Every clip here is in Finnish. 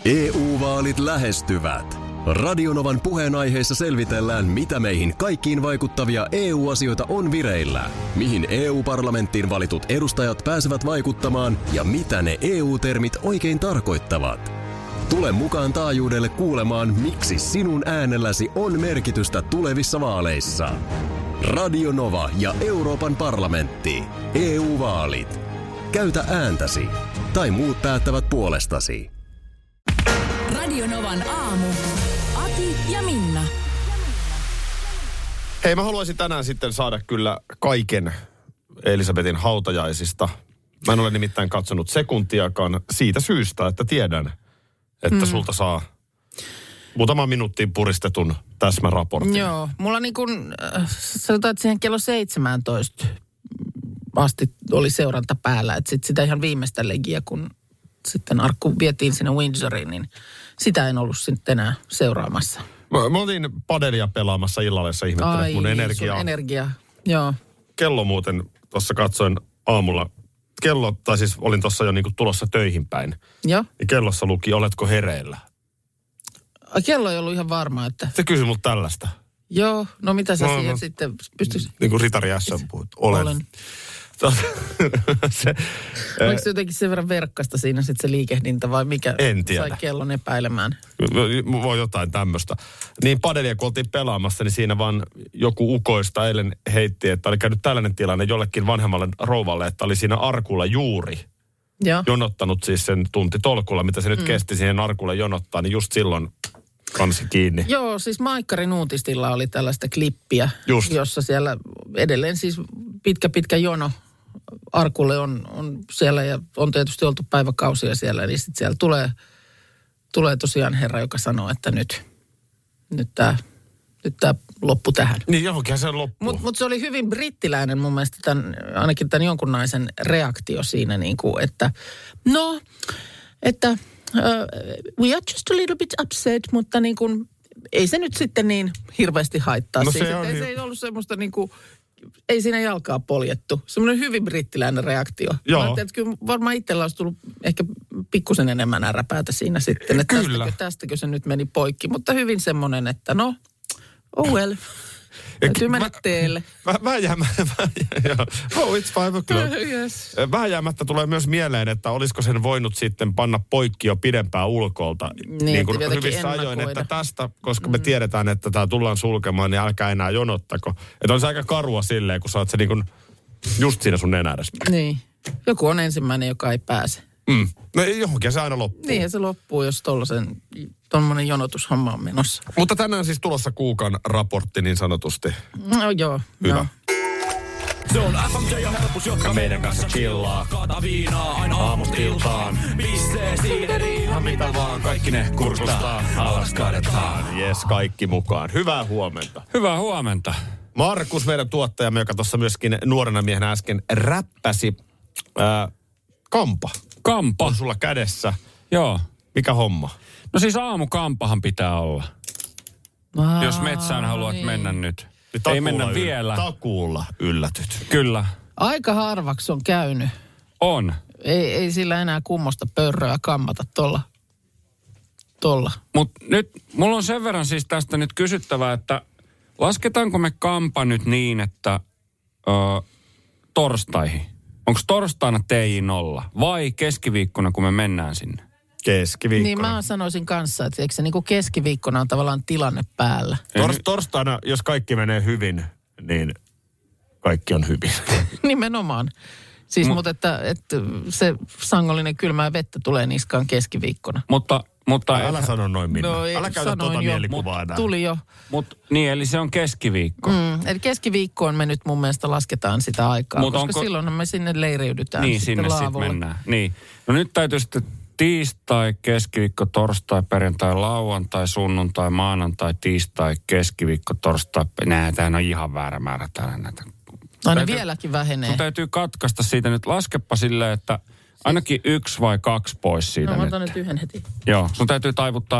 EU-vaalit lähestyvät. Radionovan puheenaiheessa selvitellään, mitä meihin kaikkiin vaikuttavia EU-asioita on vireillä, mihin EU-parlamenttiin valitut edustajat pääsevät vaikuttamaan ja mitä ne EU-termit oikein tarkoittavat. Tule mukaan taajuudelle kuulemaan, miksi sinun äänelläsi on merkitystä tulevissa vaaleissa. Radio Nova ja Euroopan parlamentti. EU-vaalit. Käytä ääntäsi. Tai muut päättävät puolestasi. Radio Novan aamu. Ati ja Minna. Hei, mä haluaisin tänään sitten saada kyllä kaiken Elisabetin hautajaisista. Mä en ole nimittäin katsonut sekuntiakaan siitä syystä, että tiedän, että sulta saa muutaman minuuttiin puristetun täsmäraportin. Joo, mulla niin kuin, sanotaan, että siihen kello 17 asti oli seuranta päällä. Että sit sitä ihan viimeistä legiä, kun sitten arkku vietiin sinne Windsoriin, niin sitä en ollut sitten enää seuraamassa. Mä olin padelia pelaamassa illallessa, ihmettelen mun energiaa. Energia, joo. Kello muuten, tuossa katsoin aamulla, tai siis olin tuossa jo niinku tulossa töihin päin. Joo. Ja kellossa luki, oletko hereillä? Kello ei ollut ihan varma, että... Se kysyi mut tällaista. Joo, no mitä sä siihen sitten pystyisi... Niin kuin Ritari S. puhut. Olen. Oliko se jotenkin sen verran verkkasta siinä sitten se liikehdintä vai mikä sai kellon epäilemään? Voi jotain tämmöistä. Niin padelia kun oltiin pelaamassa, niin siinä vaan joku ukoista eilen heitti, että oli käynyt tällainen tilanne jollekin vanhemmalle rouvalle, että oli siinä arkulla juuri jonottanut siis sen tuntitolkulla, mitä se nyt kesti siihen arkulle jonottaa, niin just silloin kansi kiinni. Joo, siis Maikkarin uutistilla oli tällaista klippiä, jossa siellä edelleen siis pitkä jono arkulle on siellä ja on tietysti oltu päiväkausia siellä, niin sitten siellä tulee tosiaan herra, joka sanoo, että nyt tämä loppu tähän. Niin johonkin se loppuu. Mutta se oli hyvin brittiläinen mun mielestä ainakin tämän jonkun naisen reaktio siinä niin kuin, että we are just a little bit upset, mutta niin kuin, ei se nyt sitten niin hirveästi haittaa. No se ei ollut semmoista niin kuin, ei siinä jalkaa poljettu. Semmoinen hyvin brittiläinen reaktio. Joo. Mä ajattelin, että kyllä varmaan itsellä olisi tullut ehkä pikkusen enemmän äräpäätä siinä sitten. Että tästäkö se nyt meni poikki. Mutta hyvin semmoinen, että oh well. Täytyy mennä teelle. It's 5 o'clock. Yes. Vähäjäämättä tulee myös mieleen, että olisiko sen voinut sitten panna poikki jo pidempään ulkolta. Niin kuin hyvissä ajoin, että tästä, koska me tiedetään, että tämä tullaan sulkemaan, niin älkää enää jonottako. Että olisi aika karua silleen, kun sä oot se niin kuin just siinä sun nenädessä. Niin. Joku on ensimmäinen, joka ei pääse. No johonkin se aina loppuu. Niin, se loppuu, jos tuommoinen jonotushomma on menossa. Mutta tänään siis tulossa kuukan raportti niin sanotusti. No joo. Hyvä. No. Se on FMJ ja helpus, jotka meidän kanssa chillaa. Kaata viinaa aina aamusta iltaan. Pissee, siideri, ihan mitä vaan. Kaikki ne kurskustaa, alas kaadetaan. Jes, kaikki mukaan. Hyvää huomenta. Hyvää huomenta. Markus, meidän tuottajamme, joka tuossa myöskin nuorena miehenä äsken räppäsi. Kampa on sulla kädessä. Joo. Mikä homma? No siis aamukampahan pitää olla. Jos metsään haluat mennä nyt. Ei mennä vielä. Takuulla yllätyt. Kyllä. Aika harvaksi on käynyt. On. Ei sillä enää kummosta pörröä kammata tolla. Mutta nyt mulla on sen verran siis tästä nyt kysyttävää, että lasketaanko me kampa nyt niin, että torstaihin? Onko torstaina TJ0 vai keskiviikkona, kun me mennään sinne? Keskiviikkona. Niin mä sanoisin kanssa, että eikö se niinku keskiviikkona on tavallaan tilanne päällä? Torstaina, jos kaikki menee hyvin, niin kaikki on hyvin. Nimenomaan. Siis mutta että se sangollinen kylmää vettä tulee niskaan keskiviikkona. Mutta älä sano noin, Minna. No, älä käytä tuota mielikuvaa enää. Tuli jo. Niin, eli se on keskiviikko. Eli keskiviikkoon me nyt mun mielestä lasketaan sitä aikaa, koska silloin me sinne leiriydytään. Niin, sitten sinne sitten mennään. Niin. No nyt täytyy sitten tiistai, keskiviikko, torstai, perjantai, lauantai, sunnuntai, maanantai, tiistai, keskiviikko, torstai. Tämähän on ihan väärä määrä täällä näitä. Aina vieläkin vähenee. Sun täytyy katkaista siitä nyt. Laskepa silleen, että ainakin 1 vai 2 pois siitä. No mä otan nyt yhden heti. Joo, sun täytyy taivuttaa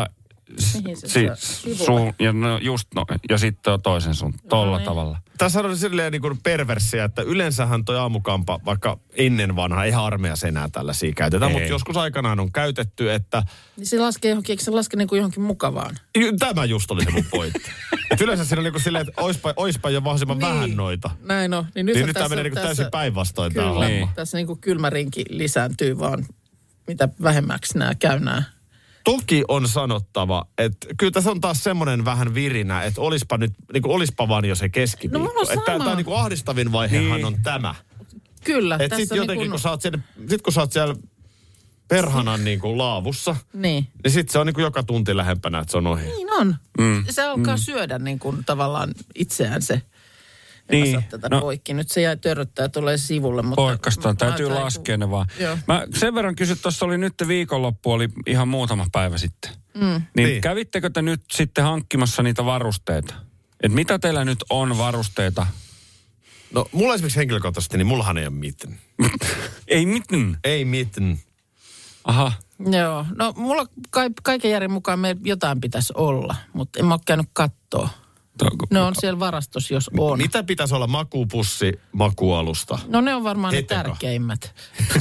Mihin se sivulle? Ja sitten on toisen sun, tolla tavalla. Tässä on silleen niin kuin perversiä, että yleensähän toi aamukampa, vaikka ennen vanha, ihan armeijassa enää tällaisia käytetään, mutta joskus aikanaan on käytetty, että... Niin se laskee johonkin, eikö se laske niin kuin johonkin mukavaan? Tämä just oli se mun pointti. Että yleensä siinä on niin kuin silleen, että oispa jo mahdollisimman vähän noita. Näin on. Niin nyt tämä menee niin kuin täysin päinvastoin tämä homma. Kyllä, tässä niin kuin kylmärinki lisääntyy vaan, mitä vähemmäksi nämä käy nämä. Toki on sanottava, että kyllä tässä on taas semmoinen vähän virinä, että olispa nyt, niin kuin olispa vaan jo se keskiviikko. No mulla on sama. Tämä niin kuin ahdistavin vaihehan on tämä. Kyllä. Että sitten jotenkin, kun sä oot siellä perhanan niin kuin laavussa, niin sitten se on niin kuin joka tunti lähempänä, että se on ohi. Niin on. Se alkaa syödä niin kuin tavallaan itseään se. Niin. Mä tätä poikki. Nyt se jäi törröttää ja tulee sivulle. Mutta poikastaan, täytyy laskea ne vaan. Joo. Mä sen verran kysyn, tuossa oli nyt viikonloppu, oli ihan muutama päivä sitten. Niin kävittekö te nyt sitten hankkimassa niitä varusteita? Et mitä teillä nyt on varusteita? No mulla esimerkiksi henkilökohtaisesti, niin mullahan ei ole mitään. Ei mitään? Ei mitään. Aha. Joo, no mulla kaiken järjen mukaan me jotain pitäisi olla, mutta en mä ole käynyt kattoo. Ne on siellä varastossa, jos on. Mitä pitäisi olla? Makuupussi, makualusta? No ne on varmaan Heteka. Ne tärkeimmät.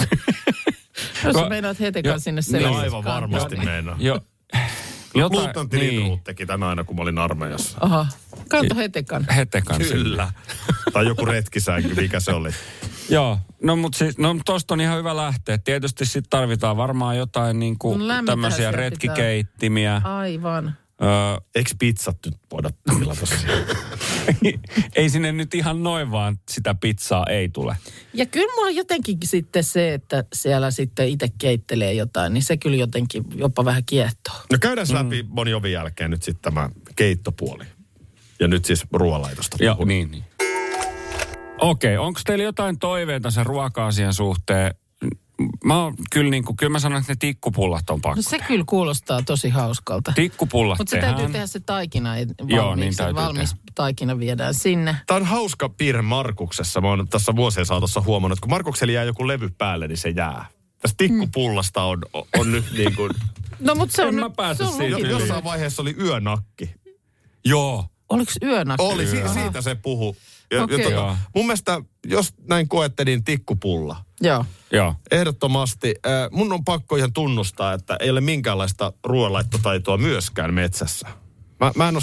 Jos meinaat Hetekan sinne selvästi. No aivan varmasti meinaa. Luutnantti Lidruut teki tämän aina, kun mä olin armeijassa. Aha. Kanto Hetekan. Hetekan. Kyllä. Tai joku retkisänky, mikä se oli. Joo, no mutta siis, tosta on ihan hyvä lähteä. Tietysti sitten tarvitaan varmaan jotain niinku tämmöisiä retkikeittimiä. Aivan. Eikö pizzat nyt voida tilata siellä? Ei sinne nyt ihan noin vaan sitä pizzaa ei tule. Ja kyllä mulla jotenkin sitten se, että siellä sitten itse keittelee jotain, niin se kyllä jotenkin jopa vähän kiehtoo. No käydään läpi moni ovin jälkeen nyt sitten tämä keittopuoli. Ja nyt siis ruoanlaitosta. Joo, niin. Okei, onko teillä jotain toiveita sen ruoka-asian suhteen? Mä oon kyllä mä sanon, että ne tikkupullat on pakko. No se kyllä kuulostaa tosi hauskalta. Tikkupullat mutta se täytyy tehdä se taikina valmiiksi. Joo, niin täytyy valmis tehdä. Taikina viedään sinne. Tämä on hauska piirre Markuksessa. Mä oon tässä vuosien saatossa huomannut, että kun Markukselle jää joku levy päälle, niin se jää. Tästä tikkupullasta on nyt niin kuin... No mutta se on... mä pääse siitä. Jossain vaiheessa oli yönakki. Joo. Oliko yönakki? Oli, siitä se puhui. Okay. Mun mielestä, jos näin koette, niin tikkupulla. Joo. Ehdottomasti. Mun on pakko ihan tunnustaa, että ei ole minkäänlaista ruoanlaittotaitoa myöskään metsässä. Mä en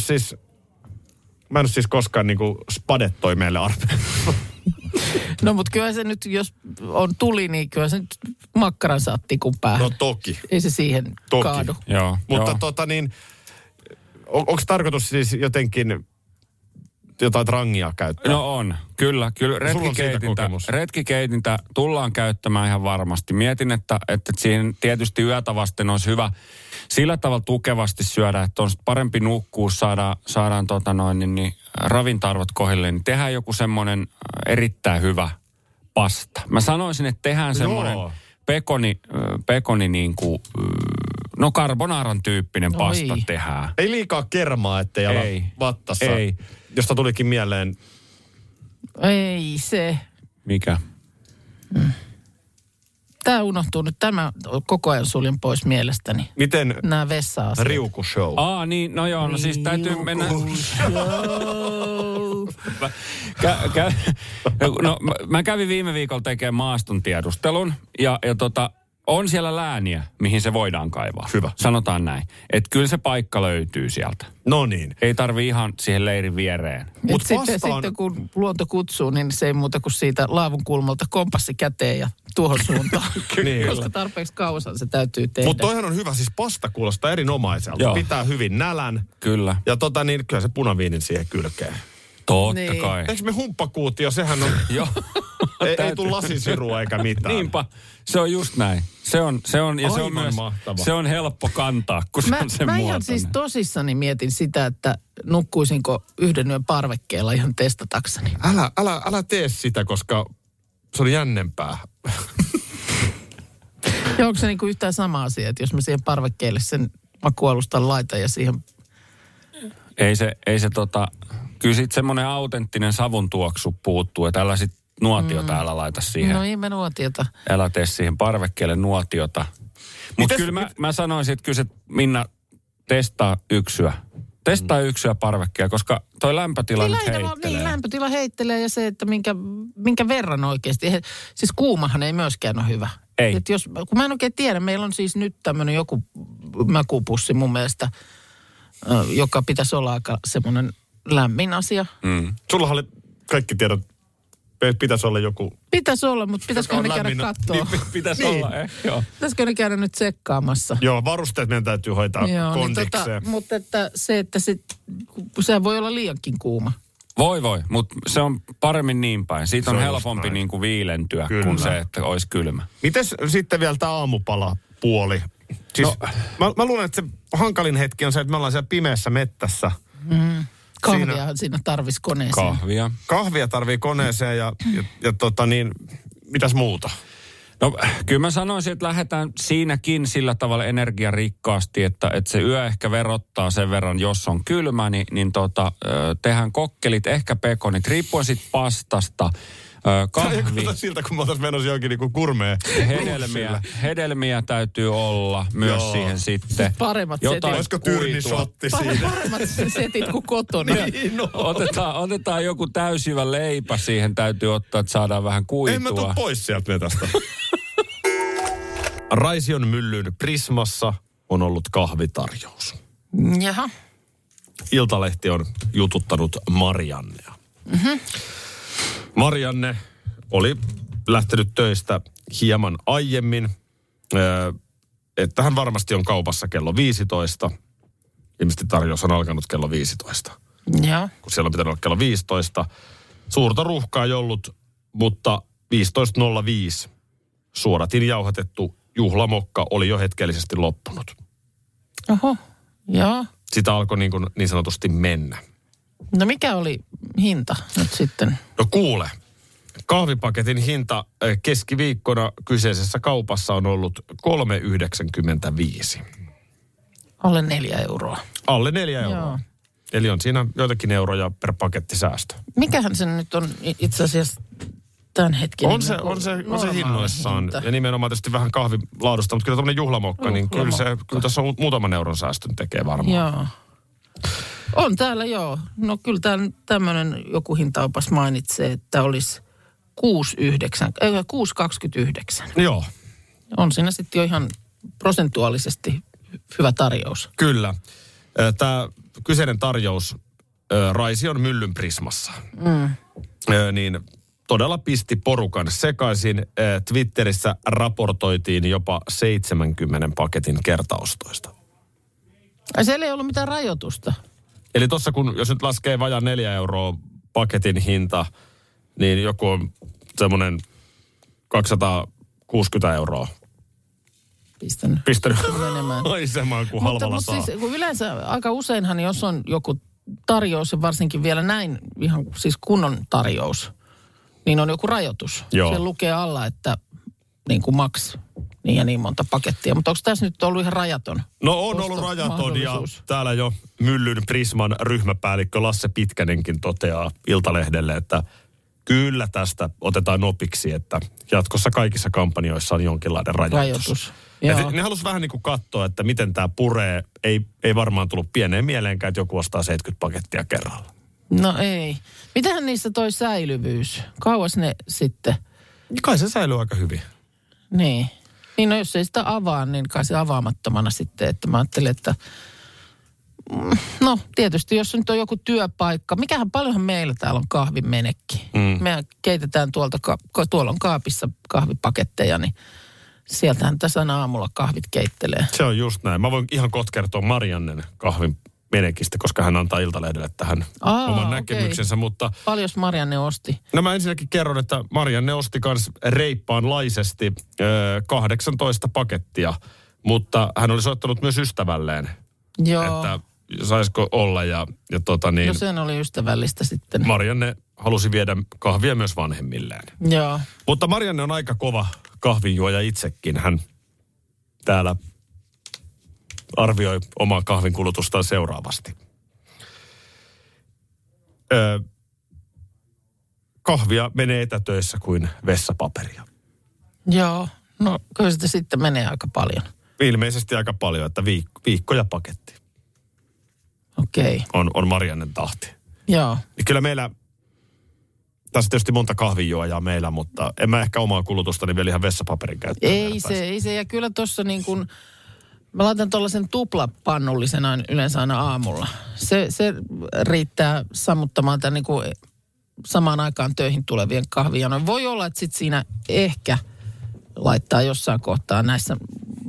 ole siis koskaan niinku spadettoi meille arpeen. No mutta kyllä se nyt, jos on tuli, niin kyllä se nyt makkaran saa tikun päähän. No toki. Ei se siihen kaadu. Joo. Mutta onko tarkoitus siis jotenkin... jotain rangia käyttää? No on, kyllä. Retkikeitintä tullaan käyttämään ihan varmasti. Mietin, että siihen tietysti yötä vasten olisi hyvä sillä tavalla tukevasti syödä, että on parempi nukkua, saadaan ravinta-arvot kohdilleen. Niin tehdään joku semmoinen erittäin hyvä pasta. Mä sanoisin, että tehdään semmoinen pekoni niin kuin... No carbonaaran tyyppinen pasta tehdään. Ei liikaa kermaa, ettei ala vattassa. Ei. Josta tulikin mieleen. Ei se. Mikä? Tämä unohtuu nyt. Tämä koko ajan suljen pois mielestäni. Miten? Nämä vessa-asiat. Riukushow. Niin, no joo, no siis täytyy mennä... Mä kävin viime viikolla tekemään maaston tiedustelun ja on siellä lääniä, mihin se voidaan kaivaa. Hyvä. Sanotaan näin. Että kyllä se paikka löytyy sieltä. No niin. Ei tarvi ihan siihen leirin viereen. Mutta sitten kun luonto kutsuu, niin se ei muuta kuin siitä laavun kulmalta kompassi käteen ja tuohon suuntaan. Niin. Koska tarpeeksi kausan se täytyy tehdä. Mutta toihan on hyvä. Siis pasta kuulostaa erinomaiselta. Joo. Pitää hyvin nälän. Kyllä. Ja kyllä se punaviinin siihen kylkee. Totta kai. Eikö me humppakuutio, sehän on... Joo. ei tule lasisirua eikä mitään. Niinpä. Se on just näin. Se on ja se on myös mahtava. Se on helppo kantaa, kun se on sen Mä muotoinen. ihan siis tosissani mietin sitä, että nukkuisinko yhden yön parvekkeella ihan testatakseni. Älä tee sitä, koska se oli jännempää. Ja onko se niinku yhtään sama asia, että jos mä siihen parvekkeelle sen makualustan laitan ja siihen... Ei se kyllä sit semmoinen autenttinen savun tuoksu puuttuu, että älä sit nuotiota älä laita siihen. No ei mä nuotiota. Älä tee siihen parvekkeelle nuotiota. Mutta kyllä mä sanoisin, että kyllä se Minna testaa yksyä. Testaa yksyä parvekkeja, koska toi lämpötila nyt heittelee. Niin, lämpötila heittelee ja se, että minkä verran oikeasti. Siis kuumahan ei myöskään ole hyvä. Ei. Et kun mä en oikein tiedä, meillä on siis nyt tämmöinen joku mäkupussi mun mielestä, joka pitäisi olla aika semmoinen lämmin asia. Sulla oli kaikki tiedot. Pitäisi olla joku... Pitäisi olla, mutta pitäisikö ne käydä katsoa? Pitäisi olla, joo. Pitäisikö ne käydä nyt tsekkaamassa? Joo, varusteet meidän täytyy hoitaa kondikseen. Niin mutta että se voi olla liiankin kuuma. Voi, mutta se on paremmin niin päin. Siitä on helpompi niin kuin viilentyä kuin se, että olisi kylmä. Mites sitten vielä tämä aamupalapuoli? Siis mä luulen, että se hankalin hetki on se, että me ollaan siellä pimeässä mettässä. Kahviahan siinä tarvisi koneeseen. Kahvia tarvii koneeseen ja mitäs muuta? No kyllä mä sanoisin, että lähdetään siinäkin sillä tavalla energiarikkaasti, että se yö ehkä verottaa sen verran, jos on kylmä, niin tehdään kokkelit, ehkä pekonit, riippuen sitten pastasta. Kahvi. Siltä, kun me oltaisiin menossa johonkin niinku gourmet. Hedelmiä täytyy olla myös siihen sitten. Paremmat setit. Olisiko tyrnisotti siinä? Paremmat setit kuin kotona. Otetaan joku täysjyvä leipä siihen täytyy ottaa, että saadaan vähän kuitua. En mä tuu pois sieltä metästä. Raision myllyn Prismassa on ollut kahvitarjous. Jaha. Iltalehti on jututtanut Mariannea. Marianne oli lähtenyt töistä hieman aiemmin, että hän varmasti on kaupassa kello 15. Ilmeisesti tarjous on alkanut kello 15. Joo. Kun siellä on pitänyt olla kello 15. Suurta ruuhkaa ei ollut, mutta 15.05 suodatin jauhatettu juhlamokka oli jo hetkellisesti loppunut. Oho, joo. Sitä alkoi niin sanotusti mennä. No mikä oli hinta nyt sitten? No kuule, kahvipaketin hinta keskiviikkona kyseisessä kaupassa on ollut 3,95. Alle 4 euroa. Alle 4 euroa. Joo. Eli on siinä joitakin euroja per paketti-säästö. Mikähän se nyt on itse asiassa tämän hetken? On se hinnoissaan. Hinta. Ja nimenomaan tietysti vähän kahvilaadusta, mutta kyllä tämmöinen juhlamokka, niin kyllä tässä on muutaman euron säästön tekee varmaan. Joo. On täällä joo. No kyllä täällä tämmöinen joku hintaopas mainitsee, että olisi 6,29. Joo. On siinä sitten jo ihan prosentuaalisesti hyvä tarjous. Kyllä. Tämä kyseinen tarjous Raision myllyn Prismassa. Niin todella pisti porukan sekaisin. Twitterissä raportoitiin jopa 70 paketin kertaostoista. Siellä ei ollut mitään rajoitusta. Eli tuossa jos nyt laskee vajaan 4 euroa paketin hinta, niin joku on semmoinen 260 euroa. Pistänyt maisemaan, kun halvalla saa. Siis, kun yleensä aika useinhan, jos on joku tarjous ja varsinkin vielä näin ihan siis kunnon tarjous, niin on joku rajoitus. Joo. Se lukee alla, että niin kuin maks niin ja niin monta pakettia. Mutta onko tässä nyt ollut ihan rajaton? No on ollut rajaton ja täällä jo myllyn Prisman ryhmäpäällikkö Lasse Pitkänenkin toteaa Iltalehdelle, että kyllä tästä otetaan opiksi, että jatkossa kaikissa kampanjoissa on jonkinlainen rajoitus. Ne halusi vähän niin kuin katsoa, että miten tämä puree. Ei varmaan tullut pieneen mieleenkään, että joku ostaa 70 pakettia kerralla. No ei. Mitähän niissä toi säilyvyys? Kauas ne sitten? Kai se säilyy aika hyvin. Niin. Niin no jos ei sitä avaa, niin kai se avaamattomana sitten. Että mä ajattelin, että no tietysti jos nyt on joku työpaikka. Paljonhan meillä täällä on kahvimenekki. Me keitetään tuolla on kaapissa kahvipaketteja, niin sieltähän tässä aina aamulla kahvit keittelee. Se on just näin. Mä voin ihan kertoa Mariannen kahvin menekistä, koska hän antaa Iltalehdelle tähän oman näkemyksensä, mutta... Paljon Marianne osti? No mä ensinnäkin kerron, että Marianne osti kans reippaanlaisesti 18 pakettia, mutta hän oli soittanut myös ystävälleen. Joo. Että saisiko olla ja No sen oli ystävällistä sitten. Marianne halusi viedä kahvia myös vanhemmilleen. Joo. Mutta Marianne on aika kova kahvinjuoja itsekin. Hän täällä arvioi omaa kahvin kulutustaan seuraavasti. Kahvia menee etätöissä kuin vessapaperia. Joo, no kyllä sitä sitten menee aika paljon. Ilmeisesti aika paljon, että viikkoja paketti. Okei. On Mariannen tahti. Joo. Ja kyllä meillä, tässä tietysti monta kahvinjuojaa meillä, mutta en mä ehkä omaa kulutustani vielä ihan vessapaperin käyttöön. Ei se. Ja kyllä tuossa niin kuin, mä laitan tuollaisen tuplapannullisena yleensä aina aamulla. Se riittää sammuttamaan tämän niin kuin samaan aikaan töihin tulevien kahvijanoja. Voi olla, että sitten siinä ehkä laittaa jossain kohtaa näissä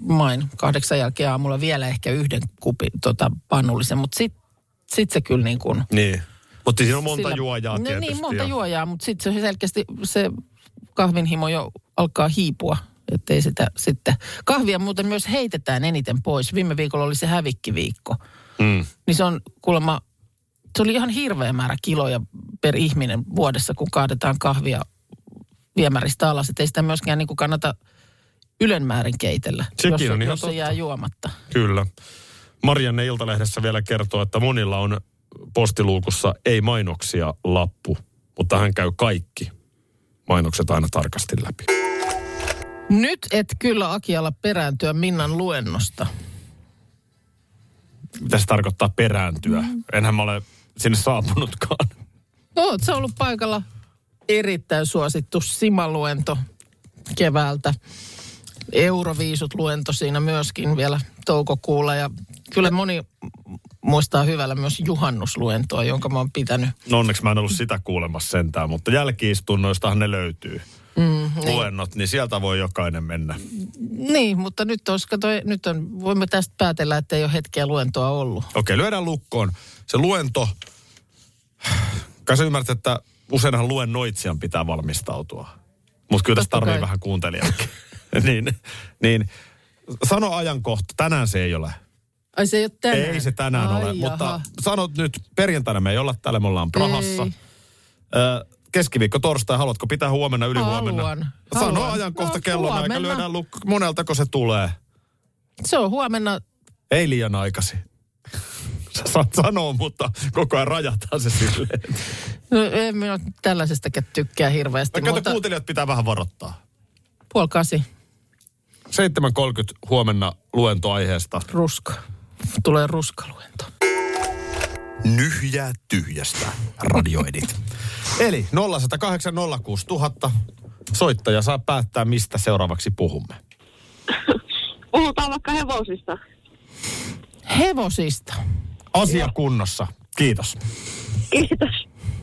8 jälkeen aamulla vielä ehkä yhden kupin pannullisen, mutta sit se kyllä niin kuin... Niin, mutta siinä on monta juojaa tietysti. Niin, monta juojaa, mutta sitten se selkeästi se kahvinhimo jo alkaa hiipua, ettei sitä sitten... Kahvia muuten myös heitetään eniten pois. Viime viikolla oli se hävikkiviikko. Niin se on kuulemma... Se oli ihan hirveä määrä kiloja per ihminen vuodessa, kun kaadetaan kahvia viemäristä alas. Että ei sitä myöskään niin kuin kannata ylenmäärin keitellä, jos se jää juomatta. Kyllä. Marianne Iltalehdessä vielä kertoo, että monilla on postiluukussa ei mainoksia lappu, mutta hän käy kaikki mainokset aina tarkasti läpi. Nyt et kyllä Akialla perääntyä Minnan luennosta. Mitä se tarkoittaa perääntyä? Enhän mä ole sinne saapunutkaan. Oot sä ollut paikalla. Erittäin suosittu Sima-luento keväältä. Euroviisut-luento siinä myöskin vielä toukokuulla. Ja kyllä moni muistaa hyvällä myös juhannusluentoa, jonka mä oon pitänyt. No onneksi mä en ollut sitä kuulemassa sentään, mutta jälki-istunnoistahan ne löytyy. Luennot, niin sieltä voi jokainen mennä. Niin, mutta voimme tästä päätellä, että ei ole hetkeä luentoa ollut. Okei, lyödään lukkoon. Se luento, kai sä ymmärrät, että useinhan luennoitsijan pitää valmistautua. Mutta kyllä tässä tarvii vähän kuuntelijakin. niin, sano ajankohta. Tänään se ei ole. Ai se ei ole tänään? Ei se tänään ole, mutta sanot nyt, perjantaina me ei olla täällä, me ollaan Prahassa. Keskiviikko, torstai, haluatko pitää huomenna, ylihuomenna? Haluan. Sano ajankohta, kellon aika, lyödään moneltako se tulee? Se on huomenna. Ei liian aikaisin. Sä saat sanoa, mutta koko ajan rajataan se silleen. No en minä tällaisestakaan tykkää hirveästi. Kato, kuuntelijat pitää vähän varoittaa. 7:30. 7:30 huomenna luentoaiheesta. Ruska. Tulee ruskaluento. Nyhjää tyhjästä. Radioedit. Eli 0806000. Soittaja saa päättää, mistä seuraavaksi puhumme. Puhutaan vaikka hevosista. Hevosista? Asia kunnossa. Kiitos. Kiitos.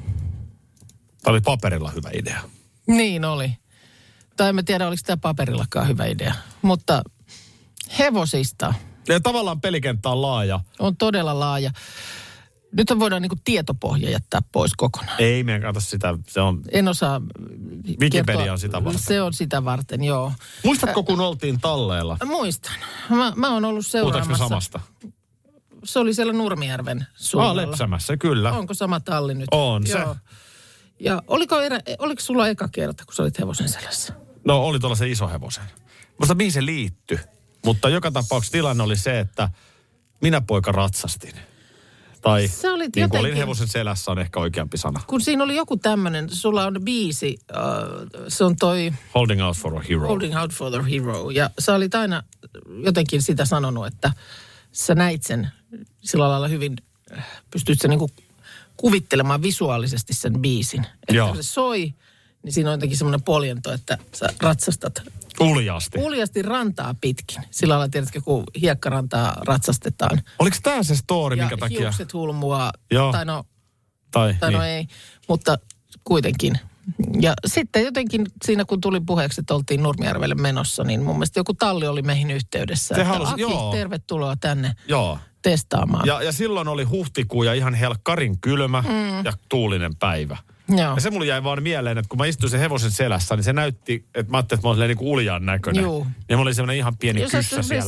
Tämä oli paperilla hyvä idea. Niin oli. Tai en tiedä, oliko tämä paperillakaan hyvä idea. Mutta hevosista. Ja tavallaan pelikenttä on laaja. On todella laaja. Nyt voidaan niinku tietopohja jättää pois kokonaan. Ei, meidän kato sitä. Se on... En osaa Wikipedia kertoa. On sitä varten. Se on sitä varten, joo. Muistatko, kun oltiin talleella? Muistan. Mä oon ollut seuraamassa. Puhutaanko me samasta? Se oli siellä Nurmijärven suunnalla. Lepsämässä, kyllä. Onko sama talli nyt? On se. Joo. Ja oliko sulla eka kerta, kun sä olit hevosen selässä? No oli tuolla se iso hevosen. Musta mihin se liittyi. Mutta joka tapauksessa tilanne oli se, että minä poika ratsastin. Tai niin kuin olin hevosen selässä on ehkä oikeampi sana. Kun siinä oli joku tämmöinen, sulla on biisi, se on toi... Holding out for a hero. Holding out for the hero. Ja sä olit aina jotenkin sitä sanonut, että sä näit sen sillä lailla hyvin, pystyt sä niinku kuvittelemaan visuaalisesti sen biisin. Että kun se soi, niin siinä on jotenkin semmoinen poljento, että sä ratsastat. Uljasti rantaa pitkin. Sillä lailla tiedätkö, kun hiekkarantaa ratsastetaan. Oliko tämä se story, minkä takia? Ja hiukset hulmua. Joo. Tai no ei, mutta kuitenkin. Ja sitten jotenkin siinä, kun tuli puheeksi, että oltiin Nurmijärvelle menossa, niin mun mielestä joku talli oli meihin yhteydessä. Tervetuloa tänne testaamaan. Ja silloin oli huhtikuu ja ihan helkkarin kylmä ja tuulinen päivä. Joo. Ja se mulle jäi vaan mieleen, että kun mä istuin sen hevosen selässä, niin se näytti, että mä ajattelin, että mä olin niin kuin uljaan näköinen. Joo. Ja mulla oli semmoinen ihan pieni kyssä siellä.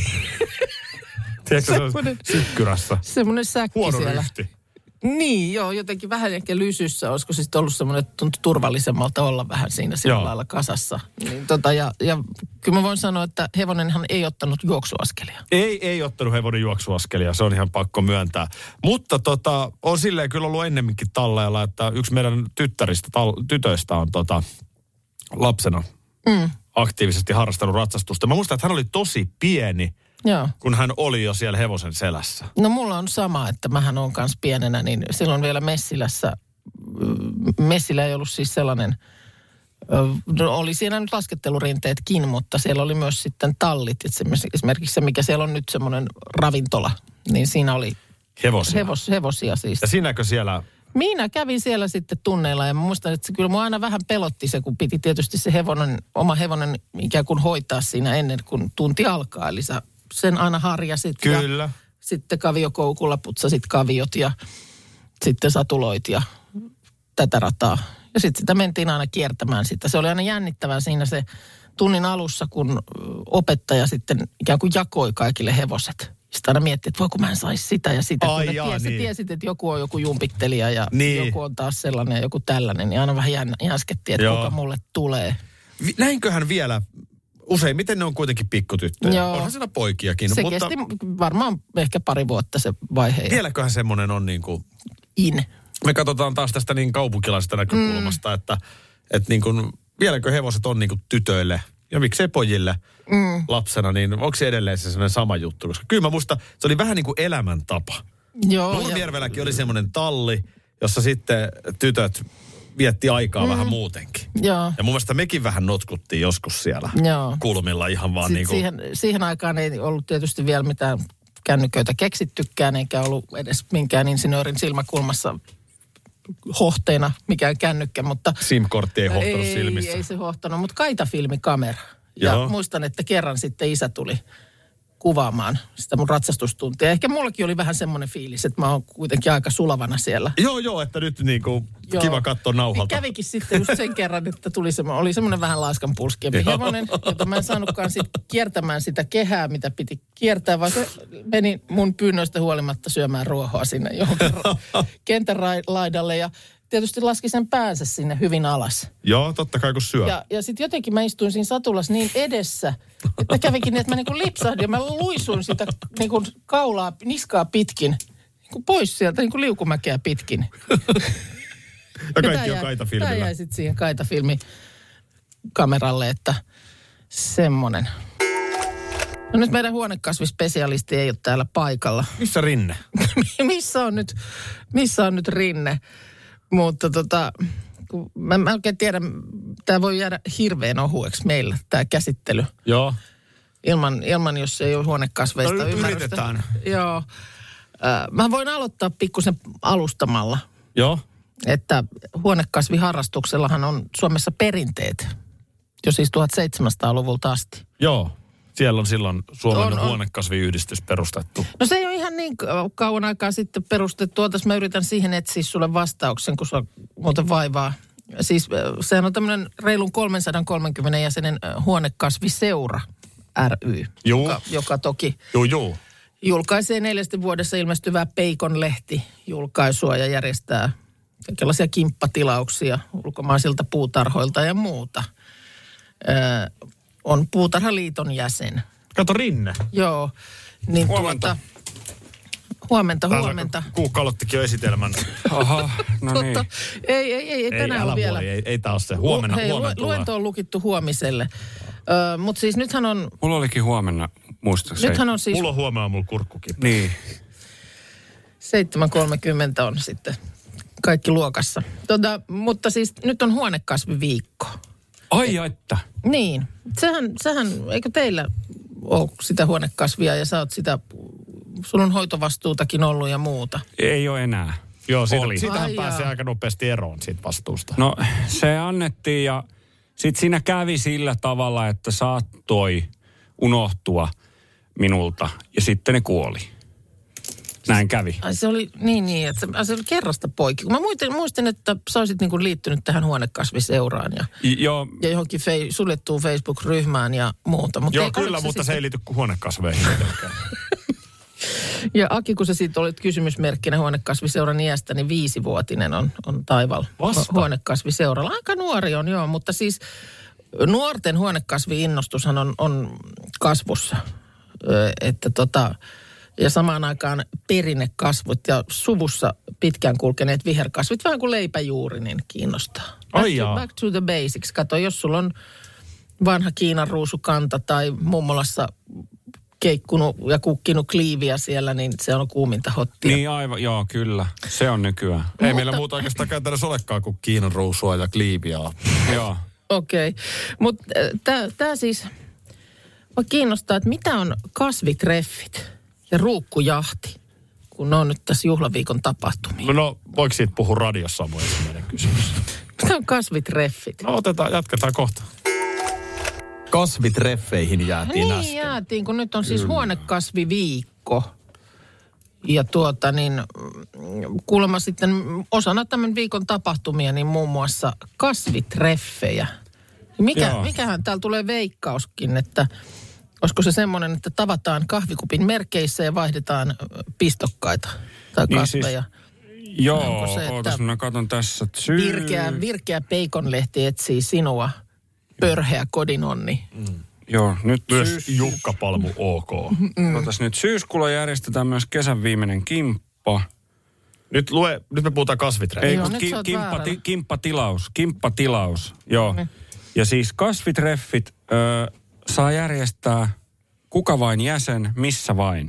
Tiedätkö, se on sykkyrässä. Semmoinen säkki huono siellä. ryhti. Niin, joo, jotenkin vähän ehkä lysyssä. Olisiko siis ollut semmoinen, että tuntui turvallisemmalta olla vähän siinä sillä lailla kasassa. Niin, ja kyllä mä voin sanoa, että hevonenhan ei ottanut juoksuaskelia. Ei ottanut hevonen juoksuaskelia, se on ihan pakko myöntää. Mutta on silleen kyllä ollut ennemminkin talleella, että yksi meidän tytöistä on lapsena aktiivisesti harrastanut ratsastusta. Mä muistan, että hän oli tosi pieni Joo. kun hän oli jo siellä hevosen selässä. No mulla on sama, että mähän on kanssa pienenä, niin silloin vielä Messillä ei ollut siis sellainen, no oli siinä nyt laskettelurinteetkin, mutta siellä oli myös sitten tallit. Esimerkiksi se, mikä siellä on nyt semmoinen ravintola, niin siinä oli hevosia siis. Ja sinäkö siellä? Minä kävin siellä sitten tunneilla ja mä muistan, että se kyllä mua aina vähän pelotti se, kun piti tietysti se oma hevonen ikään kuin hoitaa siinä ennen kuin tunti alkaa. Eli sä sen aina harjasit. Kyllä. Ja sitten kaviokoukulla putsasit kaviot ja sitten satuloit ja tätä rataa. Ja sitten sitä mentiin aina kiertämään sitä. Se oli aina jännittävää siinä se tunnin alussa, kun opettaja sitten ikään kuin jakoi kaikille hevoset. Sitten aina miettii, että voiko mä en saisi sitä ja sitä. Niin. Tiesit, että joku on joku jumpittelija ja joku on taas sellainen ja joku tällainen. Niin aina vähän jänsketti, että kuka mulle tulee. Näinköhän vielä useimmiten ne on kuitenkin pikkutyttöjä. Joo. Onhan siellä poikiakin. Se mutta kesti varmaan ehkä pari vuotta se vaihe. Vieläköhän semmoinen on niin kuin... Me katsotaan taas tästä niin kaupunkilaisesta näkökulmasta, että niin kuin, vieläkö hevoset on niin kuin tytöille ja miksei pojille lapsena, niin onko se edelleen se sellainen sama juttu? Koska kyllä mä muistan, se oli vähän niin kuin elämäntapa. Joo. Nurmijärvelläkin oli semmoinen talli, jossa sitten tytöt vietti aikaa vähän muutenkin. Joo. Ja mun mielestä mekin vähän notkuttiin joskus siellä kulmilla ihan vaan niin kuin... Siihen aikaan ei ollut tietysti vielä mitään kännyköitä keksittykään, eikä ollut edes minkään insinöörin silmäkulmassa hohteena mikään kännykkä, mutta... SIM-kortti ei hohtanut silmissä. Ei se hohtanut, mutta kaitafilmikamera. Ja muistan, että kerran sitten isä tuli kuvaamaan sitä mun ratsastustuntia. Ehkä mullakin oli vähän semmoinen fiilis, että mä oon kuitenkin aika sulavana siellä. Joo, että nyt niinku kiva katsoa nauhalta. Niin kävikin sitten just sen kerran, että oli semmoinen vähän laiskanpulskempi hevonen, jota mä en saanutkaan sitten kiertämään sitä kehää, mitä piti kiertää, vaan se meni mun pyynnöistä huolimatta syömään ruohoa sinne johonkin kentän laidalle ja tietysti laski sen päänsä sinne hyvin alas. Joo, totta kai kun syö. Ja sitten jotenkin mä istuin siinä satulassa niin edessä, että kävikin niin, että mä niin kuin lipsahdin ja mä luisuin sitä niin kuin niskaa pitkin, niin kuin pois sieltä niin kuin liukumäkeä pitkin. Ja kaikki on kaitafilmillä. Tämä jäi sitten siihen kaitafilmikameralle, että semmoinen. No nyt meidän huonekasvispesialisti ei ole täällä paikalla. Missä Rinne? Missä on nyt Rinne? Mutta mä oikein tiedän, tämä voi jäädä hirveän ohueksi meillä, tämä käsittely. Joo. Ilman jos ei ole huonekasveista ymmärrystä. Yritetään. Joo. Mä voin aloittaa pikkusen alustamalla. Joo. Että huonekasviharrastuksellahan on Suomessa perinteet, jo siis 1700-luvulta asti. Joo. Siellä on silloin Suomen huonekasviyhdistys perustettu. No se ei ole ihan niin kauan aikaa sitten perustettu. Mä yritän siihen etsiä sulle vastauksen, kun sua muuten vaivaa. Siis sehän on tämmöinen reilun 330 jäsenen huonekasviseura ry, joka toki julkaisee 4 vuodessa ilmestyvää Peikon-lehti-julkaisua ja järjestää kaikenlaisia kimppatilauksia ulkomaisilta puutarhoilta ja muuta. On Puutarhaliiton jäsen. Kato Rinne. Joo. Niin huomenta. Huomenta. Kuukka aloittikin jo esitelmän. Oho, no niin. Ei tänään ole vielä. Ei tää ole se. Huomenna luento on lukittu huomiselle. Mutta siis nythän on... Mulla olikin huomenna, muistaakseni. Nythän on siis... Mulla on huomenna mulla kurkkukin. Niin. 7.30 on sitten kaikki luokassa. Mutta siis nyt on huonekasviviikko. Ai että. Niin. Sehän, eikö teillä ole sitä huonekasvia ja sä oot sitä, sulla on hoitovastuutakin ollut ja muuta? Ei ole enää. Joo, siitähän pääsee aika nopeasti eroon siitä vastuusta. No se annettiin ja sitten siinä kävi sillä tavalla, että saattoi unohtua minulta ja sitten ne kuoli. Näin kävi. Ai se oli niin, että se oli kerrasta poikki. Kun mä muistin, että sä olisit niin kuin liittynyt tähän huonekasviseuraan ja johonkin suljettuun Facebook-ryhmään ja muuta. Mutta joo, kyllä, mutta se ei liity kuin huonekasveihin. Ja Aki, kun sä siitä olit kysymysmerkkinä huonekasviseuran iästä, niin 5-vuotinen on Taival huonekasviseuralla. Aika nuori on, joo, mutta siis nuorten huonekasvi-innostushan on kasvussa. Että ja samaan aikaan perinnekasvit ja suvussa pitkään kulkeneet viherkasvit, vähän kuin leipäjuuri, niin kiinnostaa. Back to the basics. Kato, jos sulla on vanha Kiinan ruusukanta tai mummolassa keikkunut ja kukkinut kliiviä siellä, niin se on kuuminta hottia. Niin aivan, joo kyllä. Se on nykyään. Ei meillä muuta oikeastaan käytännössä olekaan kuin Kiinan ruusua ja kliiviaa. Joo. Okei. Mutta tämä siis kiinnostaa, että mitä on kasvitreffit ja ruukkujahti, kun ne on nyt tässä juhlaviikon tapahtumia. No voiko siitä puhua radiossa on meidän kysymys? Mitä on kasvitreffit? No jatketaan kohta. Kasvitreffeihin jäätiin äsken. Niin jäätiin, kun nyt on siis huonekasviviikko. Ja kuulemma sitten osana tämän viikon tapahtumia, niin muun muassa kasvitreffejä. Mikähän täällä tulee veikkauskin, että olisiko se semmoinen, että tavataan kahvikupin merkeissä ja vaihdetaan pistokkaita tai kasveja. Siis, joo, ootas, minä katson tässä. Virkeä peikonlehti etsii sinua, pörheä kodinonni. Joo, nyt myös Jukka Palmu OK. Ootas, nyt syyskuulla järjestetään myös kesän viimeinen kimppa. Nyt me puhutaan kasvitreffeistä. Ei, kimppatilaus, joo. Ja siis kasvitreffit saa järjestää kuka vain jäsen, missä vain.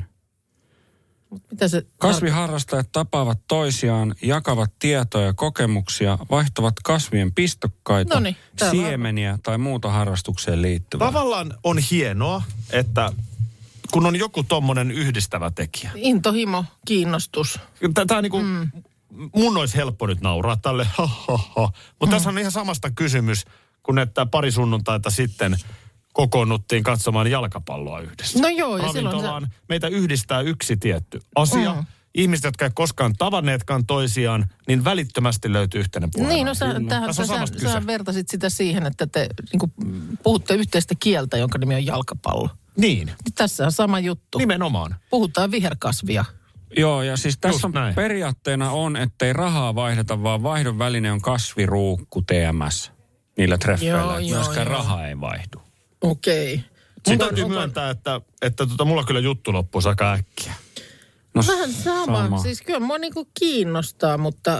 Mitä se Kasviharrastajat tapaavat toisiaan, jakavat tietoja ja kokemuksia, vaihtavat kasvien pistokkaita, siemeniä tai muuta harrastukseen liittyvää. Tavallaan on hienoa, että kun on joku tommonen yhdistävä tekijä. Intohimo, kiinnostus. Tämä niinku, mun olisi helppo nyt nauraa tälle, mutta tässä on ihan samasta kysymys, kun että pari sunnuntaita sitten kokoonnuttiin katsomaan jalkapalloa yhdessä. No joo, ja silloin meitä yhdistää yksi tietty asia. Ihmiset, jotka ei koskaan tavanneetkaan toisiaan, niin välittömästi löytyy yhteinen puheen. Niin, no sä vertasit sitä siihen, että te niin puhutte yhteistä kieltä, jonka nimi on jalkapallo. Niin. Tässä on sama juttu. Nimenomaan. Puhutaan viherkasvia. Joo, ja siis tässä on periaatteena on, ettei rahaa vaihdeta, vaan vaihdon väline on kasviruukku TMS niillä treffeillä. Myöskään raha ei vaihdu. Okei. Sitten täytyy myöntää, että mulla kyllä juttu loppuisi aika äkkiä. No, vähän sama. Siis kyllä mua niinku kiinnostaa, mutta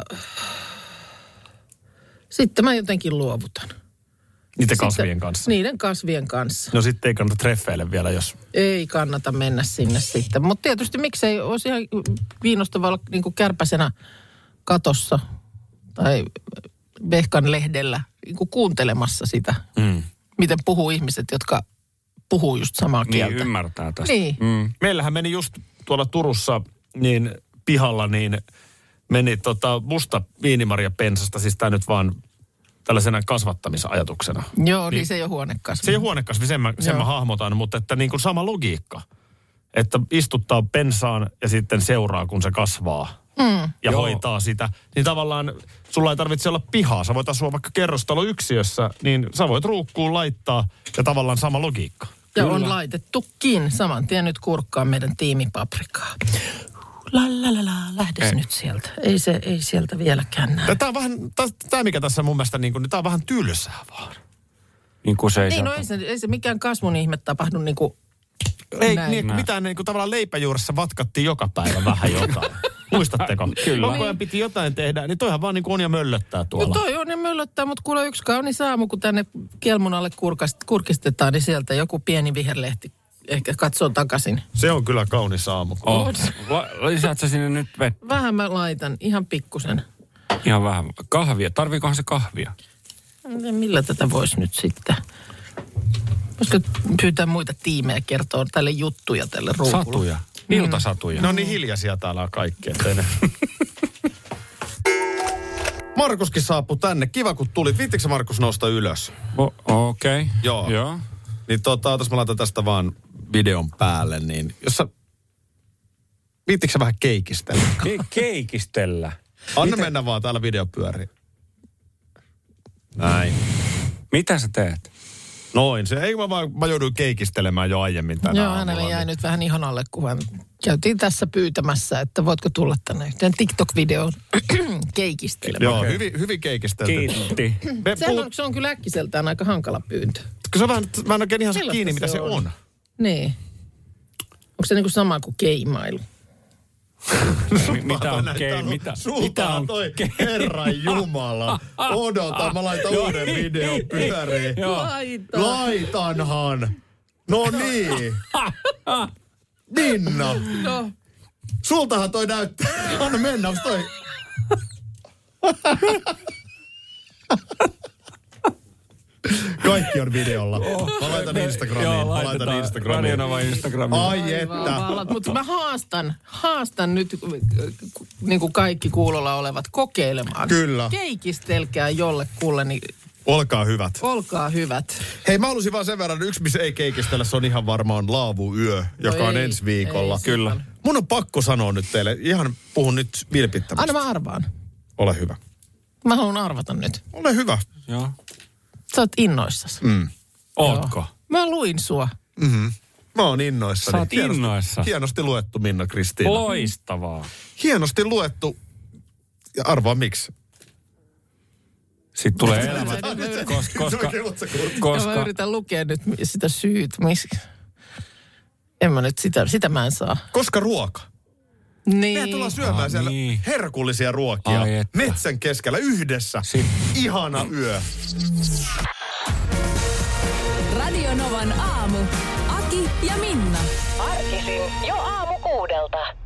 sitten mä jotenkin luovutan. Niiden kasvien kanssa? Niiden kasvien kanssa. No sitten ei kannata treffeille vielä, jos... Ei kannata mennä sinne sitten. Mutta tietysti miksei olisi ihan kiinnostavaa olla niinku kärpäsenä katossa tai vehkan lehdellä niinku kuuntelemassa sitä. Miten puhuu ihmiset, jotka puhuu just samaa kieltä. Niin, ymmärtää tästä. Niin. Meillähän meni just tuolla Turussa niin pihalla, niin meni musta viinimarjapensasta, siis tämä nyt vaan tällaisena kasvattamisajatuksena. Joo, niin se ei ole huonekasvi. Se ei ole huonekasvi, sen mä hahmotan, mutta että niin kuin sama logiikka. Että istuttaa pensaan ja sitten seuraa, kun se kasvaa. Ja hoitaa sitä, niin tavallaan sulla ei tarvitse olla pihaa. Sä voit asua vaikka kerrostaloyksiössä, niin sä voit ruukkuun laittaa ja tavallaan sama logiikka. Ja kyllä. On laitettukin. Saman tien nyt kurkkaa meidän tiimipaprikaa. Lähdes nyt sieltä. Ei sieltä vieläkään näy. Tämä mikä tässä mun mielestä, niin tämä on vähän tylsää vaan. Niin kuin se ei ei se mikään kasvun ihme tapahdu niin kuin mitään niin kuin tavallaan leipäjuuressa vatkattiin joka päivä vähän jotain. Muistatteko? Kyllä. Koko ajan piti jotain tehdä, niin toihan vaan niin kuin on ja möllöttää tuolla. No toi on ja möllöttää, mutta kuule yksi kaunis aamu, kun tänne kelmun alle kurkistetaan, niin sieltä joku pieni viherlehti ehkä katsoo takaisin. Se on kyllä kaunis aamu. Lisäät sä sinne nyt vettä? Vähän mä laitan, ihan pikkusen. Ihan vähän. Kahvia. Tarviikohan se kahvia? Millä tätä voisi nyt sitten? Voisiko pyytää muita tiimejä kertoa tälle juttuja tälle ruukulle? Satuja. Iltasatuja. No niin hiljaisia täällä on kaikki. Markuskin saapui tänne. Kiva kun tulit. Viittikö sä Markus nousta ylös? Okei. Joo. Niin otas mä laitan tästä vaan videon päälle. Niin jos sä... Viittikö sä vähän keikistellä? Keikistellä? Anna mennä vaan, täällä video pyörii. Näin. Mitä sä teet? Noin. Mä jouduin keikistelemään jo aiemmin tänään. Joo, hänelle jäi nyt vähän ihon alle, kun hän käytiin tässä pyytämässä, että voitko tulla tänne yhteen TikTok-videoon keikistelemään. Joo, hyvin keikistelty. Kiitti. Se on kyllä äkkiseltään aika hankala pyyntö. Mä en oikein ihan saa kiinni, mitä se on. Niin. Onko se niinku sama kuin keimailu? Mitä on toi Herran Jumala. Odota, mä laitan uuden videon pyöriin. Laitanhan. No niin. Minna. No. Sultahan toi näyttää. Anna mennä, onks toi? Kaikki on videolla. Mä laitan Instagramiin. Joo, Mä laitan Instagramiin. Radionova Instagramiin. Ai että. Mutta mä haastan nyt niin kuin kaikki kuulolla olevat kokeilemaan. Kyllä. Keikistelkää jollekulle, niin Olkaa hyvät. olkaa hyvät. Hei, mä halusin vaan sen verran, yksi missä ei keikistellä, se on ihan varmaan Laavuyö, joka on ensi viikolla. Kyllä. Mun on pakko sanoa nyt teille, ihan puhun nyt vilpittömästi. Anna mä arvaan. Ole hyvä. Mä haluan arvata nyt. Ole hyvä. Joo. Sä oot innoissasi. Ootko? Mä luin sua. Mä oon innoissani. Sä oot innoissa. Hienosti luettu, Minna Kristiina. Loistavaa. Hienosti luettu. Ja arvaa miksi. Sitten tulee elämä. Ja mä yritän lukea nyt sitä syyt. En mä nyt sitä mä en saa. Koska ruoka. Niin. Mehän tullaan syömään siellä herkullisia ruokia. Metsän keskellä yhdessä. Ihana yö. Radio Novan aamu. Aki ja Minna. Arkisin jo aamu 6.